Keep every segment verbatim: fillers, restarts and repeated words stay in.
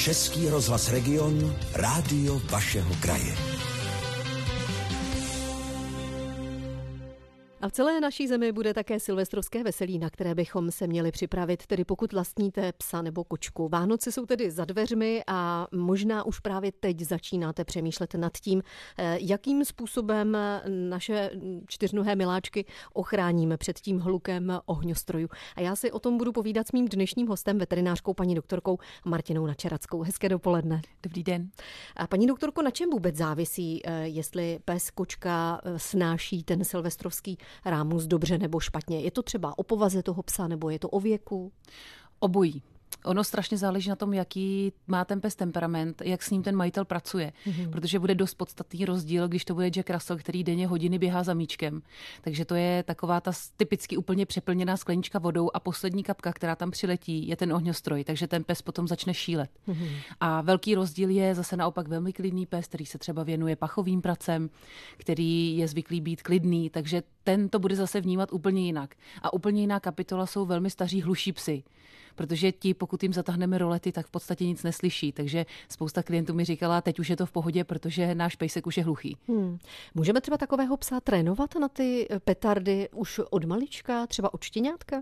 Český rozhlas Region, rádio vašeho kraje. A v celé naší zemi bude také silvestrovské veselí, na které bychom se měli připravit, tedy pokud vlastníte psa nebo kočku. Vánoce jsou tedy za dveřmi a možná už právě teď začínáte přemýšlet nad tím, jakým způsobem naše čtyřnohé miláčky ochráníme před tím hlukem ohňostrojů. A já si o tom budu povídat s mým dnešním hostem, veterinářkou paní doktorkou Martinou Načerackou. Hezké dopoledne. Dobrý den. A paní doktorko, na čem vůbec závisí, jestli pes, kočka snáší ten silvestrovský rámus dobře nebo špatně? Je to třeba o povaze toho psa nebo je to o věku? Obojí. Ono strašně záleží na tom, jaký má ten pes temperament, jak s ním ten majitel pracuje. Mm-hmm. Protože bude dost podstatný rozdíl, když to bude Jack Russell, který denně hodiny běhá za míčkem. Takže to je taková ta typicky úplně přeplněná sklenička vodou a poslední kapka, která tam přiletí, je ten ohňostroj. Takže ten pes potom začne šílet. Mm-hmm. A velký rozdíl je zase naopak velmi klidný pes, který se třeba věnuje pachovým pracem, který je zvyklý být klidný, takže ten to bude zase vnímat úplně jinak. A úplně jiná kapitola jsou velmi staří hluší psy. Protože ti, pokud jim zatáhneme rolety, tak v podstatě nic neslyší. Takže spousta klientů mi říkala, teď už je to v pohodě, protože náš pejsek už je hluchý. Hmm. Můžeme třeba takového psa trénovat na ty petardy už od malička, třeba od štěňátka?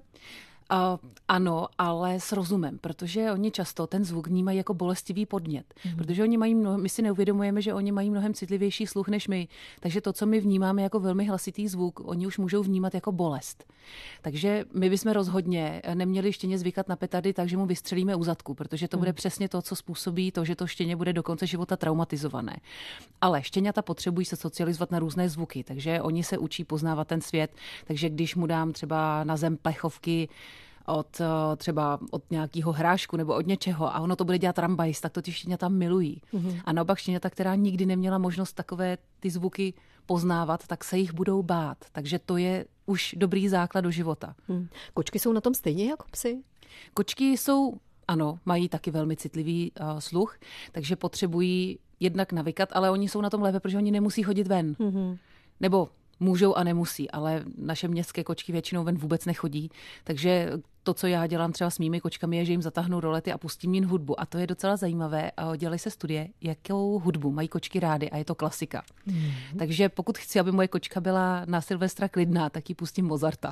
Uh, ano, ale s rozumem, protože oni často ten zvuk vnímají jako bolestivý podnět, mm. protože oni mají mnoho, my si neuvědomujeme, že oni mají mnohem citlivější sluch než my, takže to, co my vnímáme jako velmi hlasitý zvuk, oni už můžou vnímat jako bolest. Takže my bychom rozhodně neměli štěně zvykat na petardy tak, že mu vystřelíme u zadku, protože to mm. bude přesně to, co způsobí to, že to štěně bude do konce života traumatizované. Ale štěňata potřebují se socializovat na různé zvuky, takže oni se učí poznávat ten svět, takže když mu dám třeba na zem plechovky od třeba od nějakého hrášku nebo od něčeho a ono to bude dělat rambajs, tak to ty štěňata milují. Mm-hmm. A naopak štěňata, která nikdy neměla možnost takové ty zvuky poznávat, tak se jich budou bát. Takže to je už dobrý základ do života. Mm. Kočky jsou na tom stejně jako psy? Kočky jsou, ano, mají taky velmi citlivý uh, sluch, takže potřebují jednak navykat, ale oni jsou na tom lépe, protože oni nemusí chodit ven. Mm-hmm. Nebo můžou a nemusí, ale naše městské kočky většinou ven vůbec nechodí, takže to, co já dělám třeba s mými kočkami, je, že jim zatáhnu rolety a pustím jim hudbu. A to je docela zajímavé. Dělají se studie, jakou hudbu mají kočky rády a je to klasika. Mm. Takže pokud chci, aby moje kočka byla na Silvestra klidná, tak ji pustím Mozarta.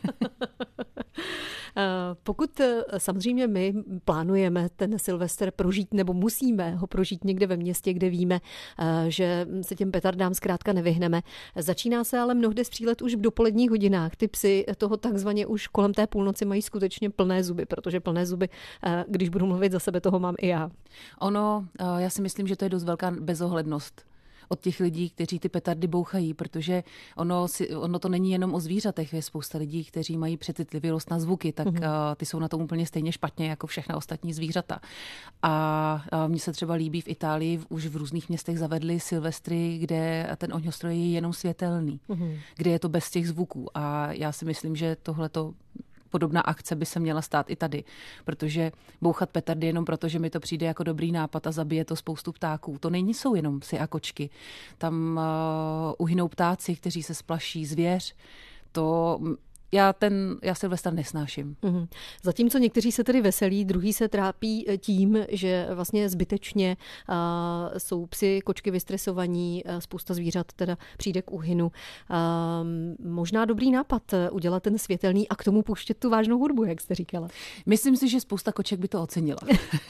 Pokud samozřejmě my plánujeme ten Silvestr prožít, nebo musíme ho prožít někde ve městě, kde víme, že se těm petardám zkrátka nevyhneme, začíná se ale mnohdy střílet už v dopoledních hodinách. Ty psy toho takzvaně už kolem té půlnoci mají skutečně plné zuby, protože plné zuby, když budu mluvit za sebe, toho mám i já. Ono, já si myslím, že to je dost velká bezohlednost od těch lidí, kteří ty petardy bouchají, protože ono, si, ono to není jenom o zvířatech. Je spousta lidí, kteří mají přecitlivělost na zvuky, tak mm-hmm. ty jsou na tom úplně stejně špatně jako všechna ostatní zvířata. A, a mně se třeba líbí v Itálii, už v různých městech zavedli silvestry, kde ten ohňostroj je jenom světelný, mm-hmm. kde je to bez těch zvuků. A já si myslím, že tohleto podobná akce by se měla stát i tady, protože bouchat petardy jenom proto, že mi to přijde jako dobrý nápad a zabije to spoustu ptáků. To není jsou jenom psy a kočky. Tam uh, uhynou ptáci, kteří se splaší, zvěř. To Já ten, já Silvestra nesnáším. Mm-hmm. Zatímco někteří se tedy veselí, druhý se trápí tím, že vlastně zbytečně uh, jsou psi, kočky vystresovaní, uh, spousta zvířat teda přijde k úhynu. Uh, možná dobrý nápad udělat ten světelný a k tomu pouštět tu vážnou hudbu, jak jste říkala. Myslím si, že spousta koček by to ocenila.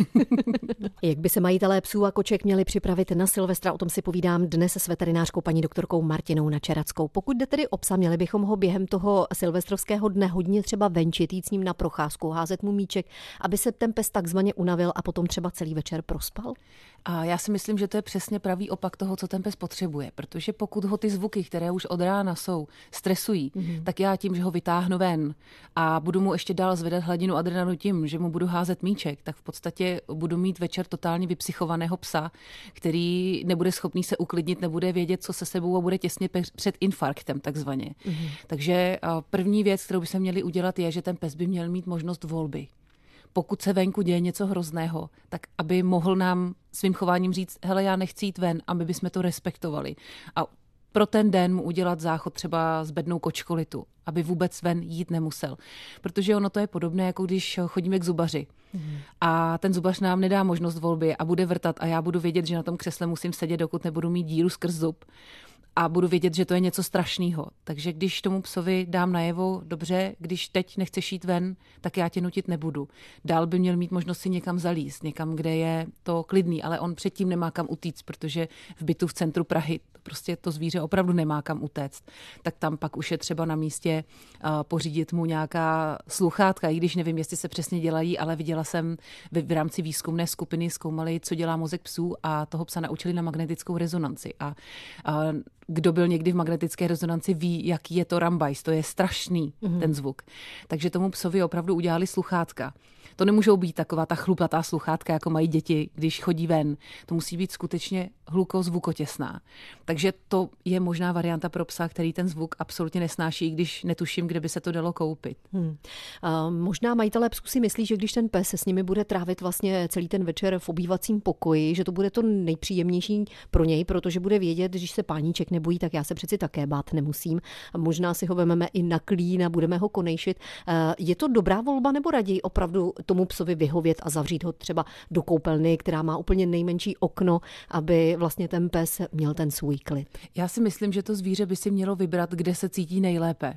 Jak by se majitelé psů a koček měli připravit na Silvestra, o tom si povídám dnes s veterinářkou paní doktorkou Martinou Načerackou. Pokud jde tedy o psa, měli bychom ho během toho Silvestra silvestrovského dne hodně třeba venčit, jít s ním na procházku, házet mu míček, aby se ten pes takzvaně unavil a potom třeba celý večer prospal? A já si myslím, že to je přesně pravý opak toho, co ten pes potřebuje, protože pokud ho ty zvuky, které už od rána jsou, stresují, mm-hmm. tak já tím, že ho vytáhnu ven a budu mu ještě dál zvedat hladinu adrenalinu tím, že mu budu házet míček, tak v podstatě budu mít večer totálně vypsychovaného psa, který nebude schopný se uklidnit, nebude vědět, co se sebou a bude těsně před infarktem takzvaně. Mm-hmm. Takže první věc, kterou by se měli udělat, je, že ten pes by měl mít možnost volby. Pokud se venku děje něco hrozného, tak aby mohl nám svým chováním říct, hele, já nechci jít ven, aby bychom to respektovali. A pro ten den mu udělat záchod třeba s bednou kočkolitu, aby vůbec ven jít nemusel. Protože ono to je podobné, jako když chodíme k zubaři. Mm. A ten zubař nám nedá možnost volby a bude vrtat a já budu vědět, že na tom křesle musím sedět, dokud nebudu mít díru skrz zub. A budu vědět, že to je něco strašného. Takže když tomu psovi dám najevo, dobře, když teď nechceš jít ven, tak já tě nutit nebudu. Dál by měl mít možnost si někam zalízt, někam, kde je to klidný, ale on předtím nemá kam utíct, protože v bytu v centru Prahy prostě to zvíře opravdu nemá kam utéct. Tak tam pak už je třeba na místě uh, pořídit mu nějaká sluchátka, i když nevím, jestli se přesně dělají, ale viděla jsem v, v rámci výzkumné skupiny, zkoumali, co dělá mozek psů a toho psa naučili na magnetickou rezonanci. A uh, kdo byl někdy v magnetické rezonanci, ví, jaký je to rambajs. To je strašný, mm. ten zvuk. Takže tomu psovi opravdu udělali sluchátka. To nemůžou být taková ta chlupatá sluchátka, jako mají děti, když chodí ven. To musí být skutečně hluko-zvukotěsná. Takže to je možná varianta pro psa, který ten zvuk absolutně nesnáší, i když netuším, kde by se to dalo koupit. Hmm. A možná majitelé psů si myslí, že když ten pes se s nimi bude trávit vlastně celý ten večer v obývacím pokoji, že to bude to nejpříjemnější pro něj, protože bude vědět, když se páníček nebojí, tak já se přeci také bát nemusím. A možná si ho vememe i na klín a budeme ho konejšit. Je to dobrá volba, nebo raději opravdu tomu psovi vyhovět a zavřít ho třeba do koupelny, která má úplně nejmenší okno, aby vlastně ten pes měl ten svůj klid? Já si myslím, že to zvíře by si mělo vybrat, kde se cítí nejlépe.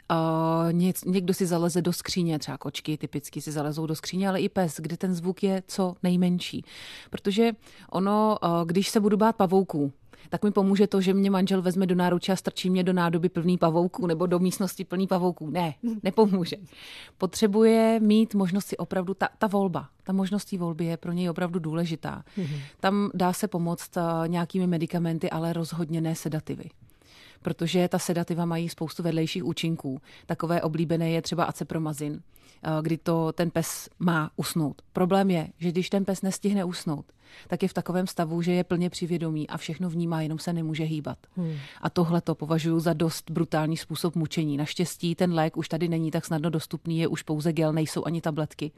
Uh, něc, někdo si zaleze do skříně, třeba kočky typicky si zalezou do skříně, ale i pes, kde ten zvuk je co nejmenší. Protože ono, uh, když se budu bát pavouků, tak mi pomůže to, že mě manžel vezme do náruče a strčí mě do nádoby plný pavouků nebo do místnosti plný pavouků. Ne, nepomůže. Potřebuje mít možnost si opravdu, ta, ta volba, ta možnost volby je pro něj opravdu důležitá. Mm-hmm. Tam dá se pomoct nějakými medicamenty, ale rozhodně ne sedativy. Protože ta sedativa mají spoustu vedlejších účinků. Takové oblíbené je třeba acepromazin, kdy to ten pes má usnout. Problém je, že když ten pes nestihne usnout, tak je v takovém stavu, že je plně přivědomý a všechno vnímá, jenom se nemůže hýbat. Hmm. A tohle to považuji za dost brutální způsob mučení. Naštěstí ten lék už tady není tak snadno dostupný, je už pouze gel, nejsou ani tabletky.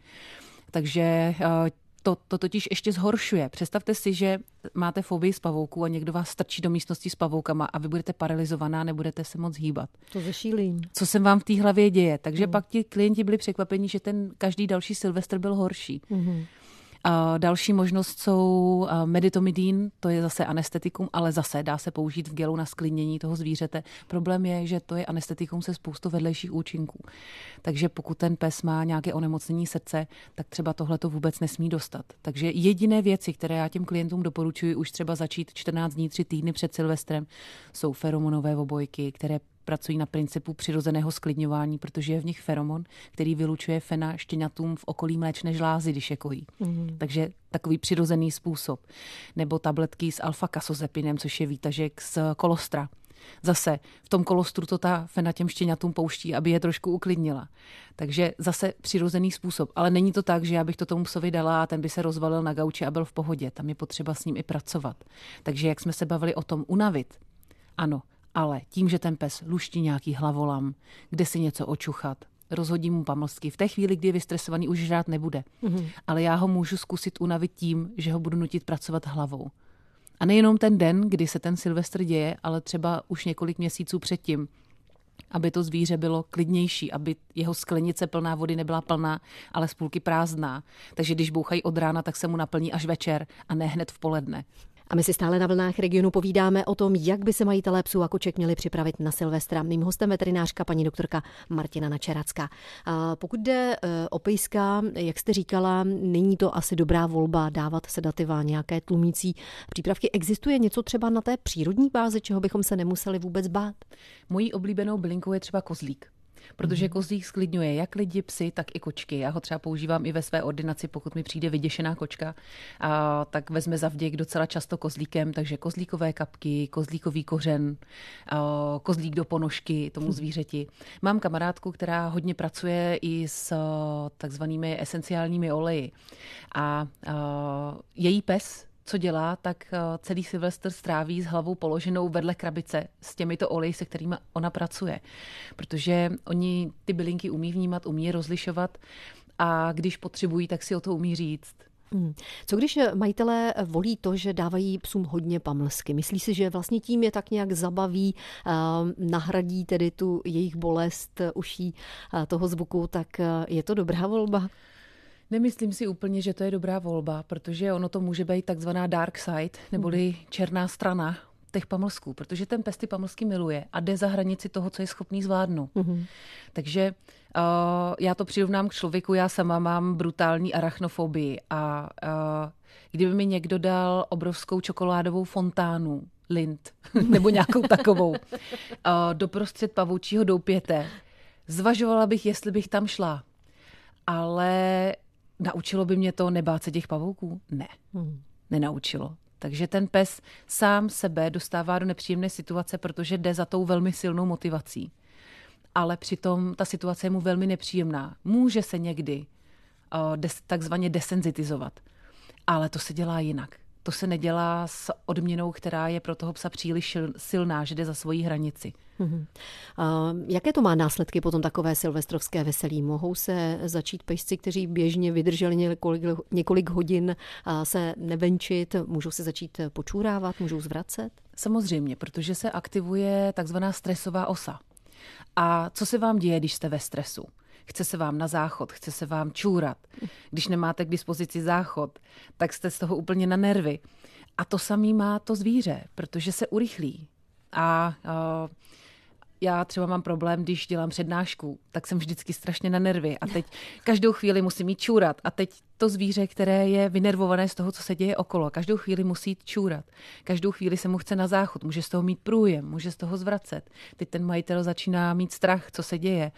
Takže To, to totiž ještě zhoršuje. Představte si, že máte fobii z pavouků a někdo vás strčí do místnosti s pavoukama a vy budete paralizovaná, nebudete se moc hýbat. To zešílím. Co se vám v té hlavě děje? Takže mm. pak ti klienti byli překvapeni, že ten každý další Silvestr byl horší. Mm. A další možnost jsou meditomidín, to je zase anestetikum, ale zase dá se použít v gelu na sklidnění toho zvířete. Problém je, že to je anestetikum se spoustou vedlejších účinků. Takže pokud ten pes má nějaké onemocnění srdce, tak třeba tohle to vůbec nesmí dostat. Takže jediné věci, které já těm klientům doporučuji už třeba začít čtrnáct dní, tři týdny před Silvestrem, jsou feromonové obojky, které pracují na principu přirozeného sklidňování, protože je v nich feromon, který vylučuje fena štěňatům v okolí mléčné žlázy, když je kojí. Mm. Takže takový přirozený způsob. Nebo tabletky s alfa-kasozepinem, což je výtažek z kolostra. Zase v tom kolostru to ta fena těm štěňatům pouští, aby je trošku uklidnila. Takže zase přirozený způsob. Ale není to tak, že já bych to tomu psovi dala a ten by se rozvalil na gauči a byl v pohodě. Tam je potřeba s ním i pracovat. Takže jak jsme se bavili o tom unavit, ano, ale tím, že ten pes luští nějaký hlavolam, kde si něco očuchat, rozhodí mu pamlsky. V té chvíli, kdy je vystresovaný, už žrát nebude. Mm-hmm. Ale já ho můžu zkusit unavit tím, že ho budu nutit pracovat hlavou. A nejenom ten den, kdy se ten Silvestr děje, ale třeba už několik měsíců předtím, aby to zvíře bylo klidnější, aby jeho sklenice plná vody nebyla plná, ale z půlky prázdná. Takže když bouchají od rána, tak se mu naplní až večer a ne hned v poledne. A my si stále na vlnách regionu povídáme o tom, jak by se majitelé psů a koček měli připravit na Silvestra. Mým hostem veterinářka paní doktorka Martina Načeracká. A pokud jde o pejska, jak jste říkala, není to asi dobrá volba dávat sedativa, nějaké tlumící přípravky. Existuje něco třeba na té přírodní bázi, čeho bychom se nemuseli vůbec bát? Mojí oblíbenou bylinkou je třeba kozlík. Protože kozlík sklidňuje jak lidi, psy, tak i kočky. Já ho třeba používám i ve své ordinaci, pokud mi přijde vyděšená kočka, a tak vezme zavděk docela často kozlíkem, takže kozlíkové kapky, kozlíkový kořen, a kozlík do ponožky tomu zvířeti. Mám kamarádku, která hodně pracuje i s takzvanými esenciálními oleji. A, a její pes, co dělá, tak celý Silvestr stráví s hlavou položenou vedle krabice s těmito oleji, se kterými ona pracuje. Protože oni ty bylinky umí vnímat, umí je rozlišovat a když potřebují, tak si o to umí říct. Hmm. Co když majitelé volí to, že dávají psům hodně pamlsky? Myslí si, že vlastně tím je tak nějak zabaví, nahradí tedy tu jejich bolest uší toho zvuku, tak je to dobrá volba? Nemyslím si úplně, že to je dobrá volba, protože ono to může být takzvaná dark side, neboli černá strana těch pamlsků, protože ten pes ty pamlsky miluje a jde za hranici toho, co je schopný zvládnout. Mm-hmm. Takže uh, já to přirovnám k člověku, já sama mám brutální arachnofobii a uh, kdyby mi někdo dal obrovskou čokoládovou fontánu, Lindt, nebo nějakou takovou, uh, doprostřed pavoučího doupěte, zvažovala bych, jestli bych tam šla. Ale naučilo by mě to nebát se těch pavouků? Ne, hmm. nenaučilo. Takže ten pes sám sebe dostává do nepříjemné situace, protože jde za tou velmi silnou motivací. Ale přitom ta situace je mu velmi nepříjemná. Může se někdy uh, des, takzvaně desenzitizovat, ale to se dělá jinak. To se nedělá s odměnou, která je pro toho psa příliš silná, že jde za svoji hranici. Hmm. A jaké to má následky potom takové silvestrovské veselí? Mohou se začít pejsci, kteří běžně vydrželi několik, několik hodin a se nevenčit, můžou se začít počůrávat, můžou zvracet? Samozřejmě, protože se aktivuje takzvaná stresová osa. A co se vám děje, když jste ve stresu? Chce se vám na záchod, chce se vám čůrat. Když nemáte k dispozici záchod, tak jste z toho úplně na nervy. A to samý má to zvíře, protože se urychlí. A uh, já třeba mám problém, když dělám přednášku, tak jsem vždycky strašně na nervy a teď každou chvíli musím jít čůrat a teď to zvíře, které je vynervované z toho, co se děje okolo, každou chvíli musí jít čůrat. Každou chvíli se mu chce na záchod, může z toho mít průjem, může z toho zvracet. Teď ten majitel začíná mít strach, co se děje.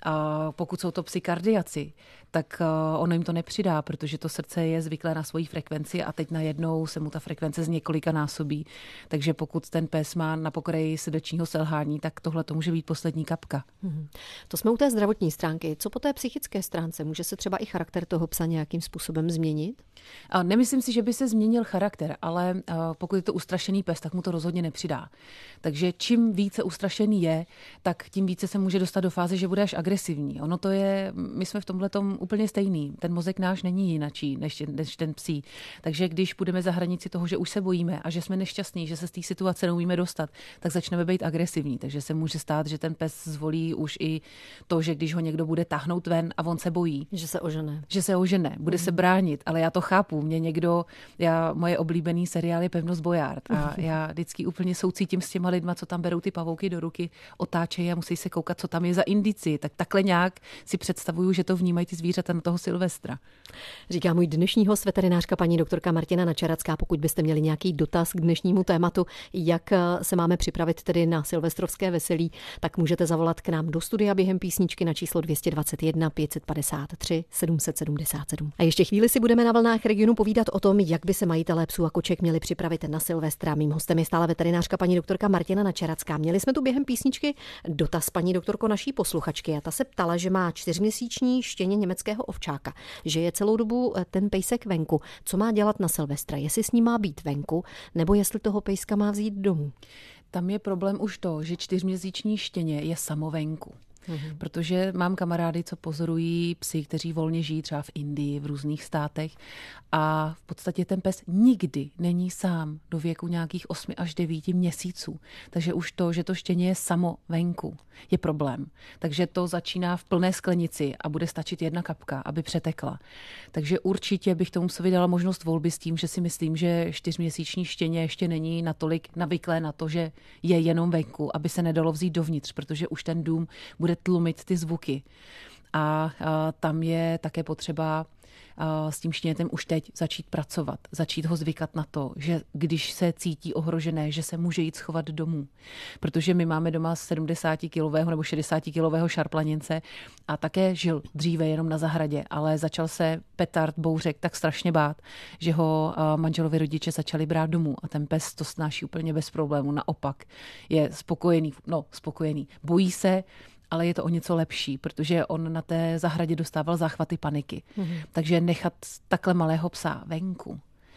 A pokud jsou to psi kardiaci, tak ono jim to nepřidá, protože to srdce je zvyklé na svoji frekvenci a teď najednou se mu ta frekvence z několika násobí. Takže pokud ten pes má na pokraji srdečního selhání, tak tohle to může být poslední kapka. Hmm. To jsme u té zdravotní stránky. Co po té psychické stránce? Může se třeba i charakter toho psa nějakým způsobem změnit? A nemyslím si, že by se změnil charakter, ale pokud je to ustrašený pes, tak mu to rozhodně nepřidá. Takže čím více ustrašený je, tak tím více se může dostat do fáze, že bude až agresivní. Ono to je, my jsme v tomhletom úplně stejný. Ten mozek náš není jinačí než, než ten psí. Takže když budeme za hranici toho, že už se bojíme a že jsme nešťastní, že se z té situace neumíme dostat, tak začneme být agresivní. Takže se může stát, že ten pes zvolí už i to, že když ho někdo bude táhnout ven a on se bojí. Že se ožene. Že se ožene, bude mm. se bránit, ale já to chápu. Mě někdo, já, moje oblíbený seriál je Pevnost Boyard a já vždycky úplně soucítím s těma lidma, co tam berou ty pavouky do ruky, otáčejí a musí se koukat, co tam je za indici. Tak takhle nějak si představuju, že to vnímají ty zvířata na toho Silvestra. Říká můj dnešní host, veterinářka paní doktorka Martina Načeracká. Pokud byste měli nějaký dotaz k dnešnímu tématu, jak se máme připravit tedy na silvestrovské veselí, tak můžete zavolat k nám do studia během písničky na číslo dvě dvě jedna pět pět tři sedm sedm sedm. A ještě chvíli si budeme na vlnách regionu povídat o tom, jak by se majitelé psů a koček měli připravit na Silvestra. Mým hostem je stále veterinářka paní doktorka Martina Načeracká. Měli jsme tu během písničky dotaz paní doktorko naší posluchačky a ta se ptala, že má čtyřměsíční štěně německého ovčáka, že je celou dobu ten pejsek venku. Co má dělat na Silvestra? Jestli s ním má být venku, nebo jestli toho pejska má vzít domů? Tam je problém už to, že čtyřměsíční štěně je samo venku. Uhum. Protože mám kamarády, co pozorují psy, kteří volně žijí třeba v Indii, v různých státech a v podstatě ten pes nikdy není sám do věku nějakých osmi až devíti měsíců. Takže už to, že to štěně je samo venku, je problém. Takže to začíná v plné sklenici a bude stačit jedna kapka, aby přetekla. Takže určitě bych tomu psovi dala možnost volby s tím, že si myslím, že čtyřměsíční štěně ještě není natolik navyklé na to, že je jenom venku, aby se nedalo vzít dovnitř, protože už ten dům bude tlumit ty zvuky. A, a tam je také potřeba a, s tím štěnětem už teď začít pracovat, začít ho zvykat na to, že když se cítí ohrožené, že se může jít schovat domů. Protože my máme doma sedmdesátikilového nebo šedesátikilového šarplanince a také žil dříve jenom na zahradě, ale začal se petard, bouřek tak strašně bát, že ho manželovi rodiče začali brát domů a ten pes to snáší úplně bez problému. Naopak je spokojený, no spokojený, bojí se, ale je to o něco lepší, protože on na té zahradě dostával záchvaty paniky. Mm-hmm. Takže nechat takhle malého psa venku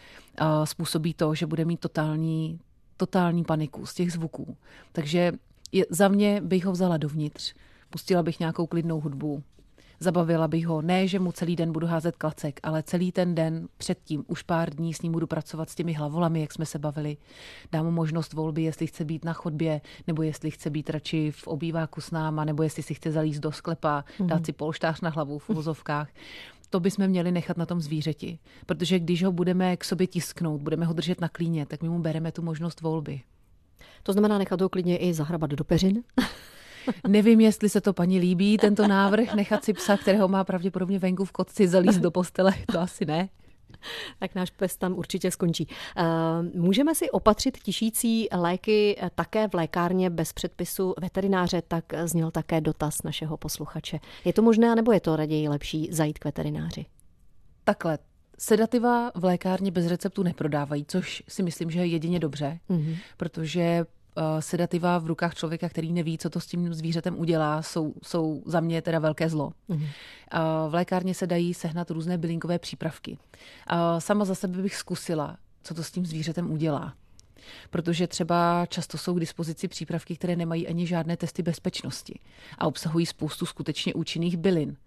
způsobí to, že bude mít totální, totální paniku z těch zvuků. Takže je, za mě bych ho vzala dovnitř, pustila bych nějakou klidnou hudbu, Zabavila bych ho, ne, že mu celý den budu házet klacek, ale celý ten den předtím, už pár dní s ním budu pracovat s těmi hlavolami, jak jsme se bavili. Dám mu možnost volby, jestli chce být na chodbě, nebo jestli chce být radši v obýváku s náma, nebo jestli si chce zalízt do sklepa, dát si polštář na hlavu v uvozovkách. To bychom měli nechat na tom zvířeti, protože když ho budeme k sobě tisknout, budeme ho držet na klíně, tak my mu bereme tu možnost volby. To znamená nechat ho klidně i zahrabat do peřin? Nevím, jestli se to paní líbí, tento návrh, nechat si psa, kterého má pravděpodobně venku v kotci, zalízt do postele, to asi ne. Tak náš pes tam určitě skončí. Můžeme si opatřit tišící léky také v lékárně bez předpisu veterináře, tak zněl také dotaz našeho posluchače. Je to možné, nebo je to raději lepší zajít k veterináři? Takhle. Sedativa v lékárně bez receptu neprodávají, což si myslím, že je jedině dobře, mm-hmm. protože sedativa v rukách člověka, který neví, co to s tím zvířetem udělá, jsou, jsou za mě teda velké zlo. Mm-hmm. V lékárně se dají sehnat různé bylinkové přípravky. Sama za sebe bych zkusila, co to s tím zvířetem udělá. Protože třeba často jsou k dispozici přípravky, které nemají ani žádné testy bezpečnosti a obsahují spoustu skutečně účinných bylin.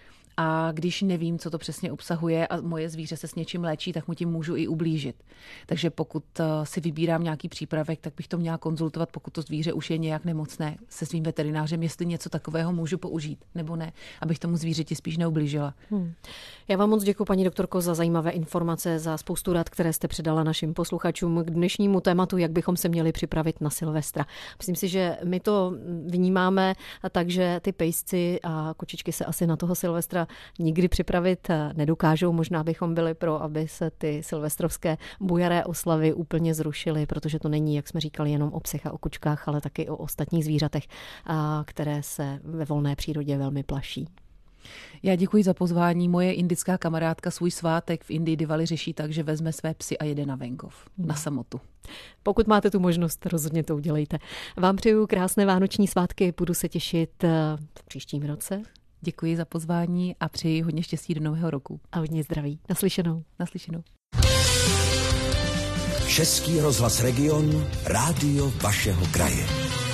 A když nevím, co to přesně obsahuje a moje zvíře se s něčím léčí, tak mu tím můžu i ublížit. Takže pokud si vybírám nějaký přípravek, tak bych to měla konzultovat, pokud to zvíře už je nějak nemocné, se svým veterinářem, jestli něco takového můžu použít nebo ne, abych tomu zvířeti spíš neublížila. Hmm. Já vám moc děkuji, paní doktorko, za zajímavé informace, za spoustu rad, které jste předala našim posluchačům k dnešnímu tématu, jak bychom se měli připravit na Silvestra. Myslím si, že my to vnímáme, takže ty pejsci a kočičky se asi na toho Silvestra nikdy připravit nedokážou. Možná bychom byli pro, aby se ty silvestrovské bujaré oslavy úplně zrušily, protože to není, jak jsme říkali, jenom o psech a o kočkách, ale taky o ostatních zvířatech, které se ve volné přírodě velmi plaší. Já děkuji za pozvání. Moje indická kamarádka svůj svátek v Indii Diwali řeší tak, že vezme své psy a jede na venkov, na samotu. Pokud máte tu možnost, rozhodně to udělejte. Vám přeju krásné vánoční svátky, budu se těšit v příštím roce. Děkuji za pozvání a přeji hodně štěstí do nového roku. A hodně zdraví. Naslyšenou. Naslyšenou. Český rozhlas Region, rádio vašeho kraje.